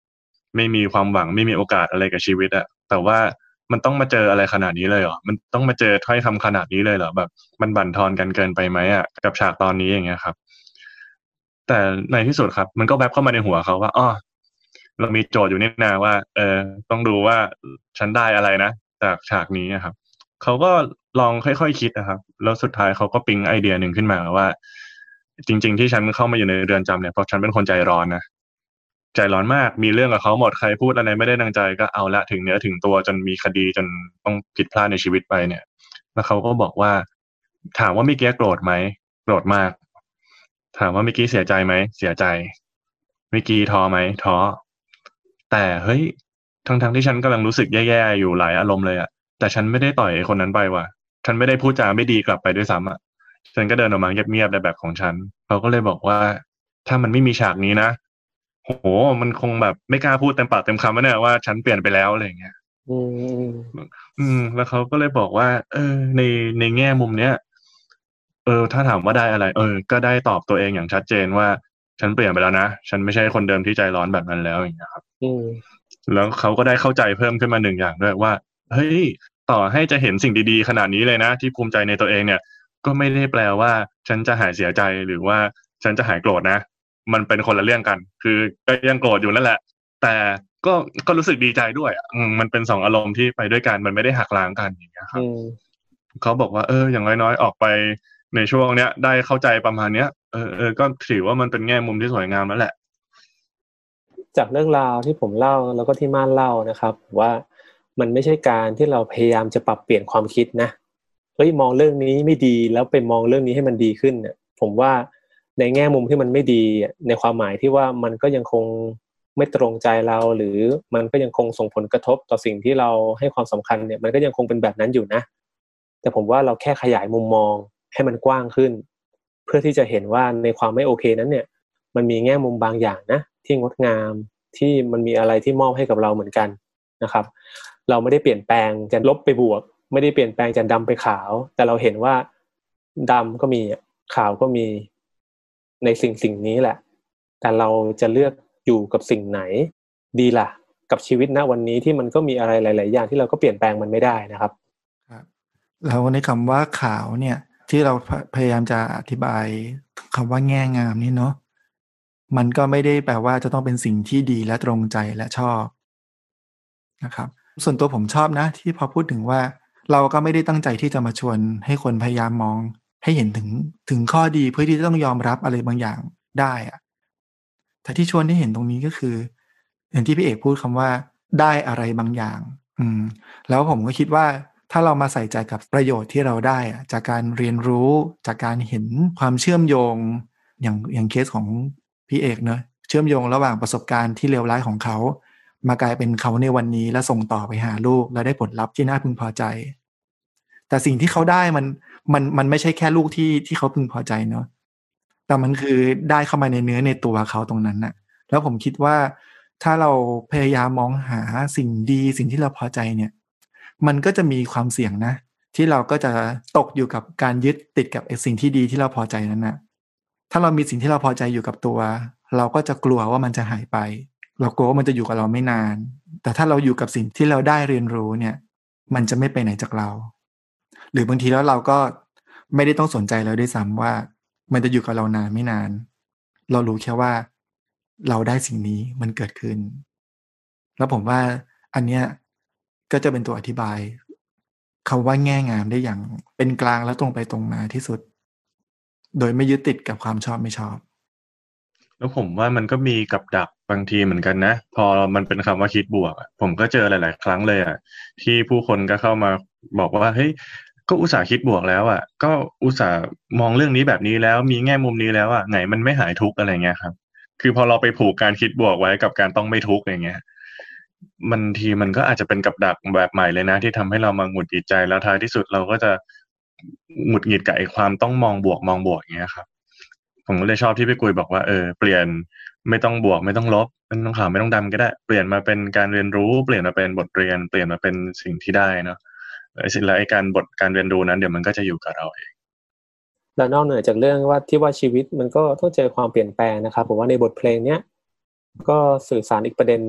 ไม่มีความหวังไม่มีโอกาสอะไรกับชีวิตอะแต่ว่ามันต้องมาเจออะไรขนาดนี้เลยเหรอมันต้องมาเจอถ้อยคำขนาดนี้เลยเหรอแบบมันบั่นทอนกันเกินไปไหมอะกับฉากตอนนี้อย่างเงี้ยครับแต่ในที่สุดครับมันก็แวบเข้ามาในหัวเขาว่าอ้อเรามีโจทย์อยู่นี่นาว่าเออต้องดูว่าฉันได้อะไรนะจากฉากนี้ครับเขาก็ลองค่อยๆคิดนะครับแล้วสุดท้ายเขาก็ปิ๊งไอเดียหนึ่งขึ้นมาว่าจริงๆที่ฉันเข้ามาอยู่ในเรือนจำเนี่ยเพราะฉันเป็นคนใจร้อนนะใจร้อนมากมีเรื่องกับเขาหมดใครพูดอะไรไม่ได้ดังใจก็เอาละถึงเนื้อถึงตัวจนมีคดีจนต้องผิดพลาดในชีวิตไปเนี่ยแล้วเขาก็บอกว่าถามว่าเมื่อกี้โกรธไหมโกรธมากถามว่าเมื่อกี้เสียใจไหมเสียใจเมื่อกี้ท้อไหมท้อแต่เฮ้ยทั้งๆที่ฉันกำลังรู้สึกแย่ๆอยู่หลายอารมณ์เลยอะแต่ฉันไม่ได้ต่อยคนนั้นไปว่ะฉันไม่ได้พูดจาไม่ดีกลับไปด้วยซ้ำอะฉันก็เดินออกมาเงียบๆในแบบของฉันเขาก็เลยบอกว่าถ้ามันไม่มีฉากนี้นะโหมันคงแบบไม่กล้าพูดเต็มปากเต็มคำว่าเนี่ยว่าฉันเปลี่ยนไปแล้วอะไรอย่างเงี้ยอืมอืมแล้วเขาก็เลยบอกว่าเออในในแง่มุมเนี้ยเออถ้าถามว่าได้อะไรเออก็ได้ตอบตัวเองอย่างชัดเจนว่าฉันเปลี่ยนไปแล้วนะฉันไม่ใช่คนเดิมที่ใจร้อนแบบนั้นแล้วอย่างเงี้ยครับอืมแล้วเขาก็ได้เข้าใจเพิ่มขึ้นมาหนึ่งอย่างด้วยว่าเฮ้ยต่อให้จะเห็นสิ่งดีๆขนาดนี้เลยนะที่ภูมิใจในตัวเองเนี่ยก็ไม่ได้แปลว่าฉันจะหายเสียใจหรือว่าฉันจะหายโกรธนะมันเป็นคนละเรื่องกันคือก็ยังโกรธอยู่นั่นแหละแต่ก็ก็รู้สึกดีใจด้วยอ่ะอืมมันเป็นสองอารมณ์ที่ไปด้วยกันมันไม่ได้หักล้างกันอย่างเงี้ยครับเขาบอกว่าเอออย่างน้อยๆออกไปในช่วงเนี้ยได้เข้าใจประมาณเนี้ยเออเออก็ถือว่ามันเป็นแง่มุมที่สวยงามแล้วแหละจากเรื่องราวที่ผมเล่าแล้วก็ที่ม่านเล่านะครับว่ามันไม่ใช่การที่เราพยายามจะปรับเปลี่ยนความคิดนะเฮ้ยมองเรื่องนี้ไม่ดีแล้วไปมองเรื่องนี้ให้มันดีขึ้นเนี่ยผมว่าในแง่มุมที่มันไม่ดีในความหมายที่ว่ามันก็ยังคงไม่ตรงใจเราหรือมันก็ยังคงส่งผลกระทบต่อสิ่งที่เราให้ความสำคัญเนี่ยมันก็ยังคงเป็นแบบนั้นอยู่นะแต่ผมว่าเราแค่ขยายมุมมองให้มันกว้างขึ้นเพื่อที่จะเห็นว่าในความไม่โอเคนั้นเนี่ยมันมีแง่มุมบางอย่างนะที่งดงามที่มันมีอะไรที่มอบให้กับเราเหมือนกันนะครับเราไม่ได้เปลี่ยนแปลงจากลบไปบวกไม่ได้เปลี่ยนแปลงจากดำไปขาวแต่เราเห็นว่าดำก็มีขาวก็มีในสิ่งสิ่งนี้แหละแต่เราจะเลือกอยู่กับสิ่งไหนดีล่ะกับชีวิตณวันนี้ที่มันก็มีอะไรหลายๆอย่างที่เราก็เปลี่ยนแปลงมันไม่ได้นะครับครับแล้วในคำว่าขาวเนี่ยที่เราพยายามจะอธิบายคำว่าแง่งามนี่เนาะมันก็ไม่ได้แปลว่าจะต้องเป็นสิ่งที่ดีและตรงใจและชอบนะครับส่วนตัวผมชอบนะที่พอพูดถึงว่าเราก็ไม่ได้ตั้งใจที่จะมาชวนให้คนพยายามมองให้เห็นถึงถึงข้อดีเพื่อที่จะต้องยอมรับอะไรบางอย่างได้อะแต่ที่ชวนให้เห็นตรงนี้ก็คืออย่างที่พี่เอกพูดคำว่าได้อะไรบางอย่างอืมแล้วผมก็คิดว่าถ้าเรามาใส่ใจกับประโยชน์ที่เราได้อะจากการเรียนรู้จากการเห็นความเชื่อมโยงอย่างอย่างเคสของพี่เอกเนอะเชื่อมโยงระหว่างประสบการณ์ที่เลวร้ายของเขามากลายเป็นเขาในวันนี้และส่งต่อไปหาลูกและได้ผลลัพธ์ที่น่าพึงพอใจแต่สิ่งที่เขาได้มันมันมันไม่ใช่แค่ลูกที่ที่เขาพึงพอใจเนอะแต่มันคือได้เข้ามาในเนื้อในตัวเขาตรงนั้นน่ะแล้วผมคิดว่าถ้าเราพยายามมองหาสิ่งดีสิ่งที่เราพอใจเนี่ยมันก็จะมีความเสี่ยงนะที่เราก็จะตกอยู่กับการยึดติดกับไอ้สิ่งที่ดีที่เราพอใจนั้นน่ะถ้าเรามีสิ่งที่เราพอใจอยู่กับตัวเราก็จะกลัวว่ามันจะหายไปเรากลัวว่ามันจะอยู่กับเราไม่นานแต่ถ้าเราอยู่กับสิ่งที่เราได้เรียนรู้เนี่ยมันจะไม่ไปไหนจากเราหรือบางทีแล้วเราก็ไม่ได้ต้องสนใจแล้วด้วยซ้ำว่ามันจะอยู่กับเรานานไม่นานเรารู้แค่ว่าเราได้สิ่งนี้มันเกิดขึ้นแล้วผมว่าอันเนี้ยก็จะเป็นตัวอธิบายคำว่าแง่งามได้อย่างเป็นกลางและตรงไปตรงมาที่สุดโดยไม่ยึดติดกับความชอบไม่ชอบแล้วผมว่ามันก็มีกับดักบางทีเหมือนกันนะพอมันเป็นคำว่าคิดบวกผมก็เจอหลายๆครั้งเลยอ่ะที่ผู้คนก็เข้ามาบอกว่าเฮ้ยก็อุตส่าห์คิดบวกแล้วอ่ะก็อุตส่าห์มองเรื่องนี้แบบนี้แล้วมีแง่มุมนี้แล้วอ่ะไหนมันไม่หายทุกข์อะไรเงี้ยครับคือพอเราไปผูกการคิดบวกไว้กับการต้องไม่ทุกข์อย่างเงี้ยมันทีมันก็อาจจะเป็นกับดักแบบใหม่เลยนะที่ทำให้เรามาหงุดหงิดใจแล้วท้ายที่สุดเราก็จะหงุดหงิดกับไอ้ความต้องมองบวกมองบวกอย่างเงี้ยครับ ผมก็เลยชอบที่พี่กุยบอกว่าเออเปลี่ยนไม่ต้องบวกไม่ต้องลบไม่ต้องขาวไม่ต้องดำก็ได้เปลี่ยนมาเป็นการเรียนรู้เปลี่ยนมาเป็นบทเรียนเปลี่ยนมาเป็นสิ่งที่ได้เนาะแล้วไอ้การบทการเรียนรู้นั้นเดี๋ยวมันก็จะอยู่กับเราเองแล้วนอกเหนือจากเรื่องว่าที่ว่าชีวิตมันก็ต้องเจอความเปลี่ยนแปลงนะครับผมว่าในบทเพลงเนี้ยก็สื่อสารอีกประเด็นหนึ่ง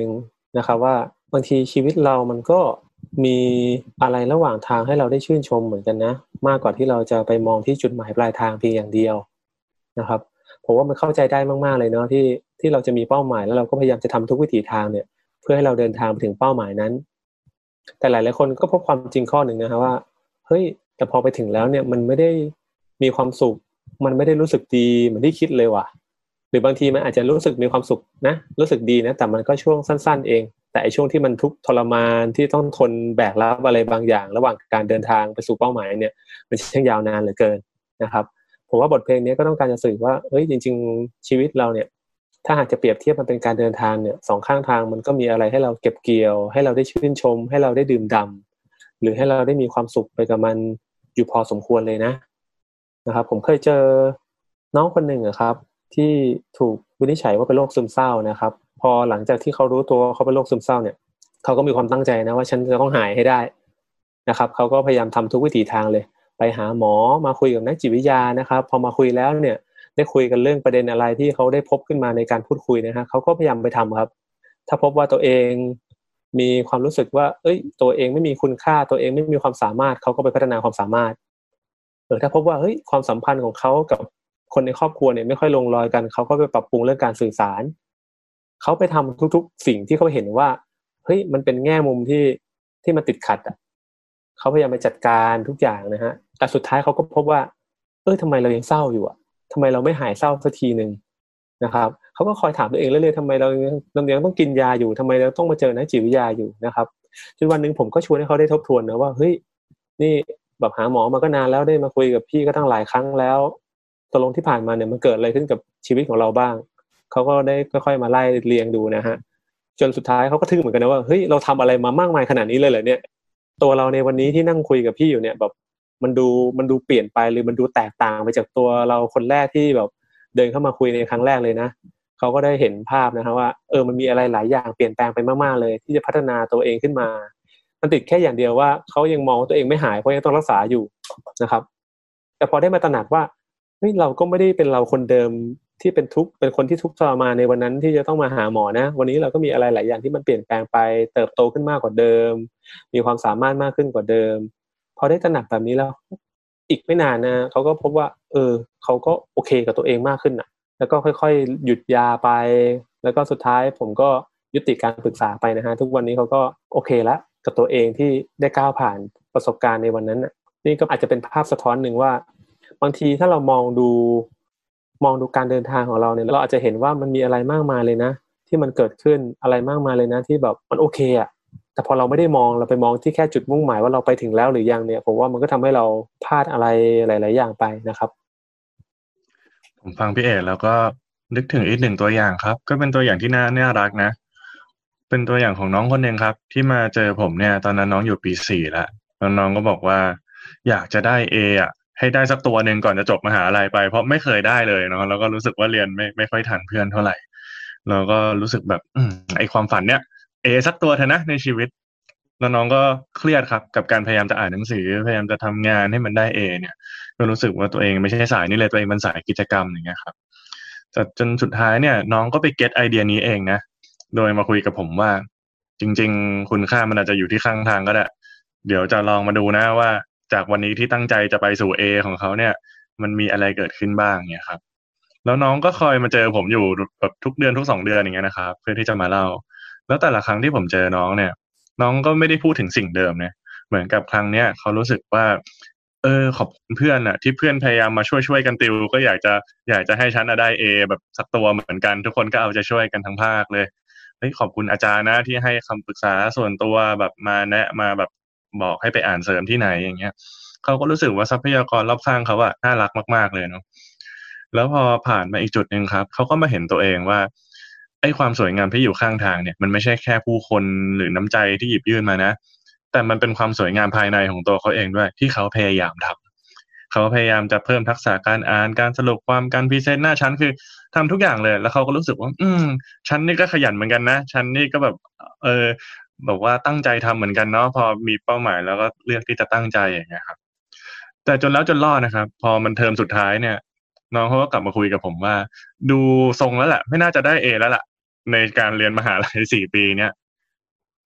นะครับว่าบางทีชีวิตเรามันก็มีอะไรระหว่างทางให้เราได้ชื่นชมเหมือนกันนะมากกว่าที่เราจะไปมองที่จุดหมายปลายทางเพียงอย่างเดียวนะครับผมว่ามันเข้าใจได้มากๆเลยเนาะที่ที่เราจะมีเป้าหมายแล้วเราก็พยายามจะทำทุกวิถีทางเนี่ยเพื่อให้เราเดินทางไปถึงเป้าหมายนั้นแต่หลายๆคนก็พบความจริงข้อหนึ่งนะครับว่าเฮ้ยแต่พอไปถึงแล้วเนี่ยมันไม่ได้มีความสุขมันไม่ได้รู้สึกดีเหมือนที่คิดเลยว่ะหรือบางทีมันอาจจะรู้สึกมีความสุขนะรู้สึกดีนะแต่มันก็ช่วงสั้นๆเองแต่ไอ้ช่วงที่มันทุกข์ทรมานที่ต้องทนแบกรับอะไรบางอย่างระหว่างการเดินทางไปสู่เป้าหมายเนี่ยมันช่างยาวนานเหลือเกินนะครับผมว่าบทเพลงนี้ก็ต้องการจะสื่อว่าเฮ้ยจริงๆชีวิตเราเนี่ยถ้าหากจะเปรียบเทียบมันเป็นการเดินทางเนี่ยสองข้างทางมันก็มีอะไรให้เราเก็บเกี่ยวให้เราได้ชื่นชมให้เราได้ดื่มด่ำหรือให้เราได้มีความสุขไปกับมันอยู่พอสมควรเลยนะนะครับผมเคยเจอน้องคนหนึ่งอะครับที่ถูกวินิจฉัยว่าเป็นโรคซึมเศร้านะครับพอหลังจากที่เขารู้ตัวเขาเป็นโรคซึมเศร้าเนี่ยเขาก็มีความตั้งใจนะว่าฉันจะต้องหายให้ได้นะครับเขาก็พยายามทำทุกวิถีทางเลยไปหาหมอมาคุยกับนักจิตวิทยานะครับพอมาคุยแล้วเนี่ยได้คุยกันเรื่องประเด็นอะไรที่เขาได้พบขึ้นมาในการพูดคุยนะฮะเขาก็พยายามไปทำครับถ้าพบว่าตัวเองมีความรู้สึกว่าเอ้ยตัวเองไม่มีคุณค่าตัวเองไม่มีความสามารถเขาก็ไปพัฒนาความสามารถเออถ้าพบว่าเฮ้ยความสัมพันธ์ของเขากับคนในครอบครัวเนี่ยไม่ค่อยลงรอยกันเขาก็ไปปรับปรุงเรื่องการสื่อสารเขาไปทำทุกๆสิ่งที่เขาเห็นว่าเฮ้ยมันเป็นแง่มุมที่ที่มันติดขัดอ่ะเขาพยายามไปจัดการทุกอย่างนะฮะแต่สุดท้ายเขาก็พบว่าเออทำไมเรายังเศร้าอยู่อ่ะทำไมเราไม่หายเศร้าสักทีนึงนะครับเขาก็คอยถามตัวเองเรื่อยๆทำไมเราเรายังต้องกินยาอยู่ทำไมเราต้องมาเจอนักจิตวิทยาอยู่นะครับจนวันนึงผมก็ชวนให้เขาได้ทบทวนนะว่าเฮ้ยนี่แบบหาหมอมาก็นานแล้วได้มาคุยกับพี่ก็ตั้งหลายครั้งแล้วตกลงที่ผ่านมาเนี่ยมันเกิดอะไรขึ้นกับชีวิตของเราบ้างเขาก็ได้ค่อยๆมาไล่เรียงดูนะฮะจนสุดท้ายเขาก็ทึ่งเหมือนกันนะว่าเฮ้ยเราทำอะไรมามากมายขนาดนี้เลยเหรอเนี่ยตัวเราในวันนี้ที่นั่งคุยกับพี่อยู่เนี่ยแบบมันดูมันดูเปลี่ยนไปหรือมันดูแตกต่างไปจากตัวเราคนแรกที่แบบเดินเข้ามาคุยในครั้งแรกเลยนะเขาก็ได้เห็นภาพนะครับว่าเออมันมีอะไรหลายอย่างเปลี่ยนแปลงไปมากๆเลยที่จะพัฒนาตัวเองขึ้นมามันติดแค่อย่างเดียวว่าเขายังมองว่าตัวเองไม่หายเพราะยังต้องรักษาอยู่นะครับแต่พอได้มาตระหนักว่าเฮ้ยเราก็ไม่ได้เป็นเราคนเดิมที่เป็นทุกข์เป็นคนที่ทุกข์ทรมานในวันนั้นที่จะต้องมาหาหมอนะวันนี้เราก็มีอะไรหลายอย่างที่มันเปลี่ยนแปลงไปเติบโตขึ้นมากกว่าเดิมมีความสามารถมากขึ้นกว่าเดิมพอได้ตระหนักแบบนี้แล้วอีกไม่นานนะเขาก็พบว่าเออเขาก็โอเคกับตัวเองมากขึ้นนะแล้วก็ค่อยๆหยุดยาไปแล้วก็สุดท้ายผมก็ยุติการปรึกษาไปนะฮะทุกวันนี้เขาก็โอเคแล้วกับตัวเองที่ได้ก้าวผ่านประสบการณ์ในวันนั้นนะนี่ก็อาจจะเป็นภาพสะท้อนหนึ่งว่าบางทีถ้าเรามองดูมองดูการเดินทางของเราเนี่ยเราอาจจะเห็นว่ามันมีอะไรมากมายเลยนะที่มันเกิดขึ้นอะไรมากมายเลยนะที่แบบมันโอเคอ่ะแต่พอเราไม่ได้มองเราไปมองที่แค่จุดมุ่งหมายว่าเราไปถึงแล้วหรือยังเนี่ยผมว่ามันก็ทำให้เราพลาดอะไรหลายๆอย่างไปนะครับผมฟังพี่เอกแล้วก็นึกถึงอีกหนึ่งตัวอย่างครับก็เป็นตัวอย่างที่น่าน่ารักนะเป็นตัวอย่างของน้องคนหนึ่งครับที่มาเจอผมเนี่ยตอนนั้นน้องอยู่ปีสี่แล้วน้องก็บอกว่าอยากจะได้ A อ่ะให้ได้สักตัวหนึ่งก่อนจะจบมหาลัยไปเพราะไม่เคยได้เลยเนาะแล้วก็รู้สึกว่าเรียนไม่ไม่ค่อยทันเพื่อนเท่าไหร่แล้วก็รู้สึกแบบอืมไอความฝันเนี่ย A สักตัวเถอะนะในชีวิตแล้วน้องก็เครียดครับกับการพยายามจะอ่านหนังสือพยายามจะทำงานให้มันได้ A เนี่ยก็รู้สึกว่าตัวเองไม่ใช่สายนี้เลยตัวเองเป็นสายกิจกรรมอย่างเงี้ยครับแต่จนสุดท้ายเนี่ยน้องก็ไปเก็ตไอเดียนี้เองนะโดยมาคุยกับผมว่าจริงๆคุณค่ามันอาจจะอยู่ที่ข้างทางก็ได้เดี๋ยวจะลองมาดูนะว่าจากวันนี้ที่ตั้งใจจะไปสู่ A ของเขาเนี่ยมันมีอะไรเกิดขึ้นบ้างเนี่ยครับแล้วน้องก็คอยมาเจอผมอยู่แบบทุกเดือนทุกสองเดือนอย่างเงี้ยนะครับเพื่อที่จะมาเล่าแล้วแต่ละครั้งที่ผมเจอน้องเนี่ยน้องก็ไม่ได้พูดถึงสิ่งเดิมเนี่ยเหมือนกับครั้งเนี้ยเขารู้สึกว่าเออขอบคุณเพื่อนอ่ะที่เพื่อนพยายามมาช่วยช่วยกันติวก็อยากจะอยากจะให้ฉันได้ A แบบสักตัวเหมือนกันทุกคนก็เอาใจช่วยกันทั้งภาคเลยเฮ้ยขอบคุณอาจารย์นะที่ให้คำปรึกษาส่วนตัวแบบมาแนะมาแบบบอกให้ไปอ่านเสริมที่ไหนอย่างเงี้ยเขาก็รู้สึกว่าทรัพยากรรอบข้างเขาอะน่ารักมากๆเลยเนาะแล้วพอผ่านมาอีกจุดนึงครับเขาก็มาเห็นตัวเองว่าไอ้ความสวยงามที่อยู่ข้างทางเนี่ยมันไม่ใช่แค่ผู้คนหรือน้ำใจที่หยิบยื่นมานะแต่มันเป็นความสวยงามภายในของตัวเขาเองด้วยที่เขาพยายามทำเขาพยายามจะเพิ่มทักษะการอ่านการสรุปความการพรีเซนต์หน้าชั้นคือทำทุกอย่างเลยแล้วเขาก็รู้สึกว่าอืมฉันนี่ก็ขยันเหมือนกันนะฉันนี่ก็แบบเออบอกว่าตั้งใจทำเหมือนกันเนาะพอมีเป้าหมายแล้วก็เลือกที่จะตั้งใจอย่างเงี้ยครับแต่จนแล้วจนรอดนะครับพอมันเทอมสุดท้ายเนี่ยน้องเขาก็กลับมาคุยกับผมว่าดูทรงแล้วแหละไม่น่าจะได้ A แล้วล่ะในการเรียนมหาลัยสี่ปีเนี่ย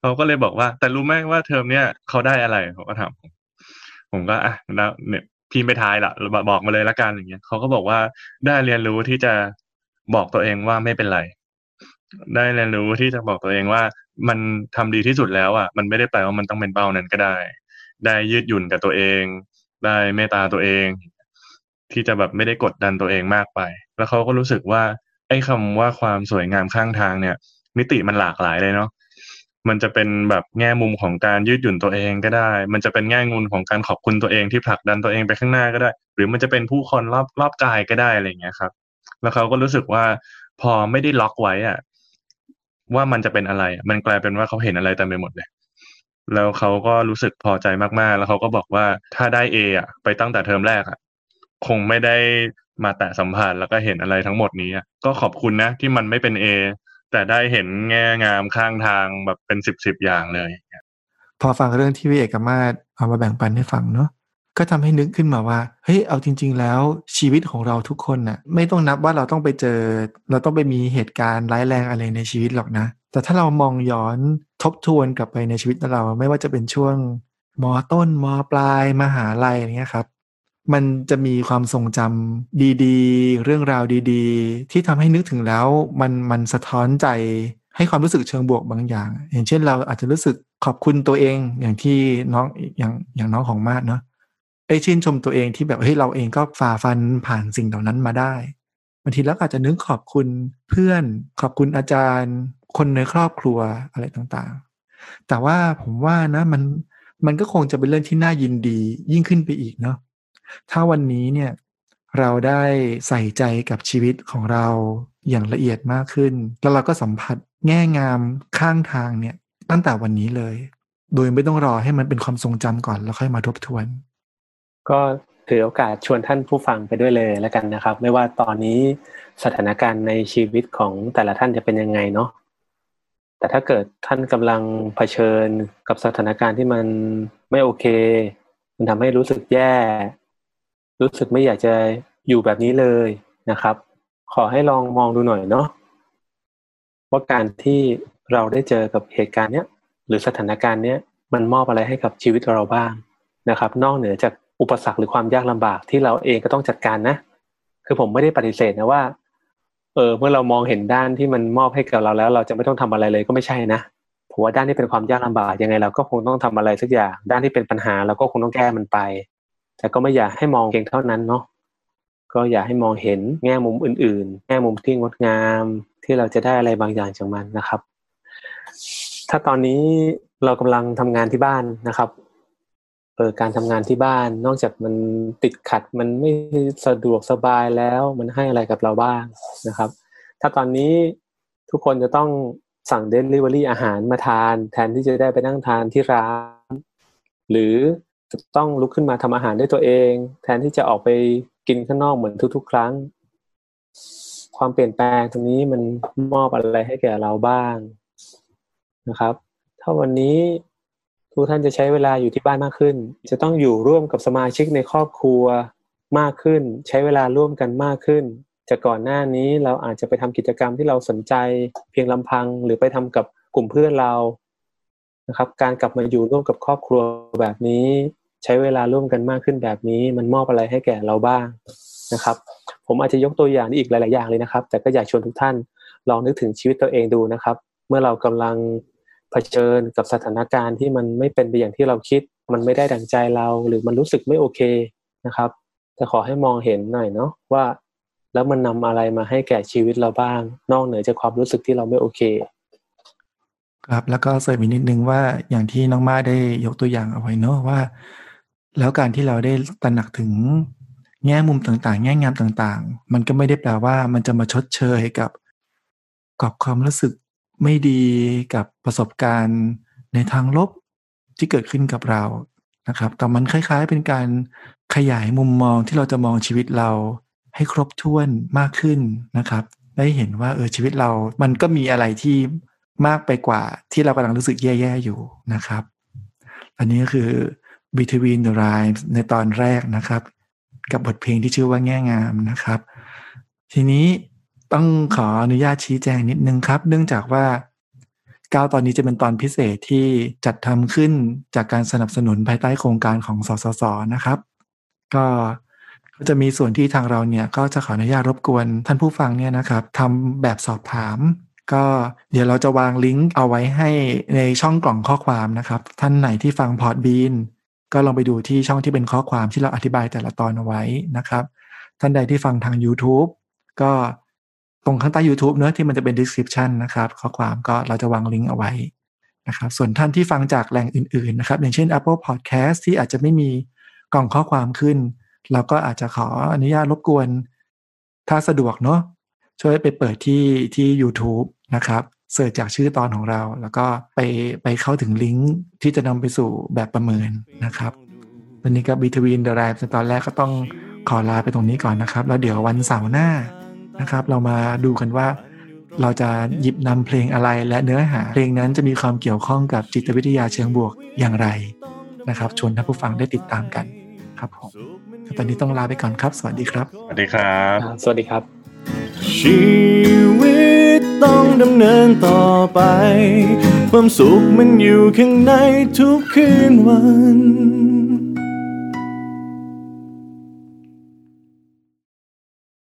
เขาก็เลยบอกว่าแต่รู้ไหมว่าเทอมเนี้ยเขาได้อะไรเขาก็ถามผมผมก็อ่ะแล้วเนี่ยพี่ไม่ทายละบอกมาเลยละกันอย่างเงี้ยเขาก็บอกว่าได้เรียนรู้ที่จะบอกตัวเองว่าไม่เป็นไรได้เรียนรู้ที่จะบอกตัวเองว่ามันทำดีที่สุดแล้วอ่ะมันไม่ได้แปลว่ามันต้องเป็นเป้านั้นก็ได้ได้ยืดหยุ่นกับตัวเองได้เมตตาตัวเองที่จะแบบไม่ได้กดดันตัวเองมากไปแล้วเขาก็รู้สึกว่าไอ้คำว่าความสวยงามข้างทางเนี่ยมิติมันหลากหลายเลยเนาะมันจะเป็นแบบแง่มุมของการยืดหยุ่นตัวเองก็ได้มันจะเป็นแง่มุมของการขอบคุณตัวเองที่ผลักดันตัวเองไปข้างหน้าก็ได้หรือมันจะเป็นผู้คนรอบรอบกายก็ได้อะไรอย่างเงี้ยครับแล้วเขาก็รู้สึกว่าพอไม่ได้ล็อกไว้อะว่ามันจะเป็นอะไรมันกลายเป็นว่าเขาเห็นอะไรเต็มไปหมดเลยแล้วเขาก็รู้สึกพอใจมากๆแล้วเขาก็บอกว่าถ้าได้ A อ่ะไปตั้งแต่เทอมแรกอ่ะคงไม่ได้มาแตะสัมผัสแล้วก็เห็นอะไรทั้งหมดนี้ก็ขอบคุณนะที่มันไม่เป็น A แต่ได้เห็นแง่งามข้างทางแบบเป็นสิบสิบอย่างเลยพอฟังเรื่องที่พี่เอกมาศเอามาแบ่งปันให้ฟังเนาะก็ทำให้นึกขึ้นมาว่าเฮ้ยเอาจริงๆแล้วชีวิตของเราทุกคนน่ะไม่ต้องนับว่าเราต้องไปเจอเราต้องไปมีเหตุการณ์ร้ายแรงอะไรในชีวิตหรอกนะแต่ถ้าเรามองย้อนทบทวนกลับไปในชีวิตเราไม่ว่าจะเป็นช่วงม.ต้นม.ปลายมหาลัยอย่างเงี้ยครับมันจะมีความทรงจำดีๆเรื่องราวดีๆที่ทำให้นึกถึงแล้วมันมันสะท้อนใจให้ความรู้สึกเชิงบวกบางอย่างอย่างเช่นเราอาจจะรู้สึกขอบคุณตัวเองอย่างที่น้องอย่างอย่างน้องของมาศเนาะไอ้ชื่นชมตัวเองที่แบบเฮ้ยเราเองก็ฝ่าฟันผ่านสิ่งเหล่านั้นมาได้บางทีแล้วอาจจะนึกขอบคุณเพื่อนขอบคุณอาจารย์คนในครอบครัวอะไรต่างๆแต่ว่าผมว่านะมันมันก็คงจะเป็นเรื่องที่น่ายินดียิ่งขึ้นไปอีกเนาะถ้าวันนี้เนี่ยเราได้ใส่ใจกับชีวิตของเราอย่างละเอียดมากขึ้นแล้วเราก็สัมผัสแง่งามข้างทางเนี่ยตั้งแต่วันนี้เลยโดยไม่ต้องรอให้มันเป็นความทรงจำก่อนแล้วค่อยมาทบทวนก็ถือโอกาสชวนท่านผู้ฟังไปด้วยเลยแล้วกันนะครับไม่ว่าตอนนี้สถานการณ์ในชีวิตของแต่ละท่านจะเป็นยังไงเนาะแต่ถ้าเกิดท่านกำลังเผชิญกับสถานการณ์ที่มันไม่โอเคมันทำให้รู้สึกแย่รู้สึกไม่อยากจะอยู่แบบนี้เลยนะครับขอให้ลองมองดูหน่อยเนาะว่าการที่เราได้เจอกับเหตุการณ์เนี้ยหรือสถานการณ์เนี้ยมันมอบอะไรให้กับชีวิตเราบ้างนะครับนอกเหนือจากอุปสรรคหรือความยากลำบากที่เราเองก็ต้องจัดการนะคือผมไม่ได้ปฏิเสธนะว่าเออเมื่อเรามองเห็นด้านที่มันมอบให้กับเราแล้วเราจะไม่ต้องทำอะไรเลยก็ไม่ใช่นะผมว่าด้านที่เป็นความยากลำบากยังไงเราก็คงต้องทำอะไรสักอย่างด้านที่เป็นปัญหาเราก็คงต้องแก้มันไปแต่ก็ไม่อยากให้มองเพียงเท่านั้นเนาะก็อยากให้มองเห็นแง่มุมอื่นๆแง่มุมที่งดงามที่เราจะได้อะไรบางอย่างจากมันนะครับถ้าตอนนี้เรากำลังทำงานที่บ้านนะครับเออการทำงานที่บ้านนอกจากมันติดขัดมันไม่สะดวกสบายแล้วมันให้อะไรกับเราบ้างนะครับถ้าตอนนี้ทุกคนจะต้องสั่ง delivery อาหารมาทานแทนที่จะได้ไปนั่งทานที่ร้านหรือจะต้องลุกขึ้นมาทำอาหารด้วยตัวเองแทนที่จะออกไปกินข้างนอกเหมือนทุกๆครั้งความเปลี่ยนแปลงตรงนี้มันมอบอะไรให้แก่เราบ้างนะครับถ้าวันนี้ทุกท่านจะใช้เวลาอยู่ที่บ้านมากขึ้นจะต้องอยู่ร่วมกับสมาชิกในครอบครัวมากขึ้นใช้เวลาร่วมกันมากขึ้นจากก่อนหน้านี้เราอาจจะไปทำกิจกรรมที่เราสนใจเพียงลำพังหรือไปทำกับกลุ่มเพื่อนเรานะครับการกลับมาอยู่ร่วมกับครอบครัวแบบนี้ใช้เวลาร่วมกันมากขึ้นแบบนี้มันมอบอะไรให้แก่เราบ้างนะครับผมอาจจะยกตัวอย่างอีกหลายๆอย่างเลยนะครับแต่ก็อยากชวนทุกท่านลองนึกถึงชีวิตตัวเองดูนะครับเมื่อเรากำลังเผชิญกับสถานการณ์ที่มันไม่เป็นไปอย่างที่เราคิดมันไม่ได้ดั่งใจเราหรือมันรู้สึกไม่โอเคนะครับแต่ขอให้มองเห็นหน่อยเนาะว่าแล้วมันนำอะไรมาให้แก่ชีวิตเราบ้างนอกเหนือจากความรู้สึกที่เราไม่โอเคครับแล้วก็เสริมอีกนิดนึงว่าอย่างที่น้องมาได้ยกตัวอย่างเอาไว้เนอะว่าแล้วการที่เราได้ตระหนักถึงแง่มุมต่างๆแง่งามต่างๆมันก็ไม่ได้แปลว่ามันจะมาชดเชยกับกับความรู้สึกไม่ดีกับประสบการณ์ในทางลบที่เกิดขึ้นกับเรานะครับแต่มันคล้ายๆเป็นการขยายมุมมองที่เราจะมองชีวิตเราให้ครบถ้วนมากขึ้นนะครับได้เห็นว่าเออชีวิตเรามันก็มีอะไรที่มากไปกว่าที่เรากำลังรู้สึกแย่ๆอยู่นะครับอันนี้ก็คือ Between the Rhymes ในตอนแรกนะครับกับบทเพลงที่ชื่อว่าแง่งามนะครับทีนี้ต้องขออนุญาตชี้แจงนิดนึงครับเนื่องจากว่าเก้าตอนนี้จะเป็นตอนพิเศษที่จัดทำขึ้นจากการสนับสนุนภายใต้โครงการของสสสนะครับก็ก็จะมีส่วนที่ทางเราเนี่ยก็จะขออนุญาตรบกวนท่านผู้ฟังเนี่ยนะครับทำแบบสอบถามก็เดี๋ยวเราจะวางลิงก์เอาไว้ให้ในช่องกล่องข้อความนะครับท่านไหนที่ฟัง Podbean ก็ลองไปดูที่ช่องที่เป็นข้อความที่เราอธิบายแต่ละตอนเอาไว้นะครับท่านใดที่ฟังทาง YouTube ก็ตรงข้างใต้ YouTube เนอะที่มันจะเป็น description นะครับข้อความก็เราจะวางลิงก์เอาไว้นะครับส่วนท่านที่ฟังจากแหล่งอื่นๆนะครับอย่างเช่น Apple Podcast ที่อาจจะไม่มีกล่องข้อความขึ้นเราก็อาจจะขออนุญาตรบกวนถ้าสะดวกเนาะช่วยไปเปิดที่ที่ YouTube นะครับเสิร์ชจากชื่อตอนของเราแล้วก็ไปไปเข้าถึงลิงก์ที่จะนำไปสู่แบบประเมินนะครับวันนี้ก็ Between the Rhymes ในตอนแรกก็ต้องขอลาไปตรงนี้ก่อนนะครับแล้วเดี๋ยววันเสาร์หน้านะครับเรามาดูกันว่าเราจะหยิบนำเพลงอะไรและเนื้อหาเพลงนั้นจะมีความเกี่ยวข้องกับจิตวิทยาเชิงบวกอย่างไรนะครับชวนท่านผู้ฟังได้ติดตามกันครับผมตอนนี้ต้องลาไปก่อนครับสวัสดีครับสวัสดีครับสวัสดีครับชีวิตต้องดำเนินต่อไปความสุขมันอยู่ข้างในทุกคืนวัน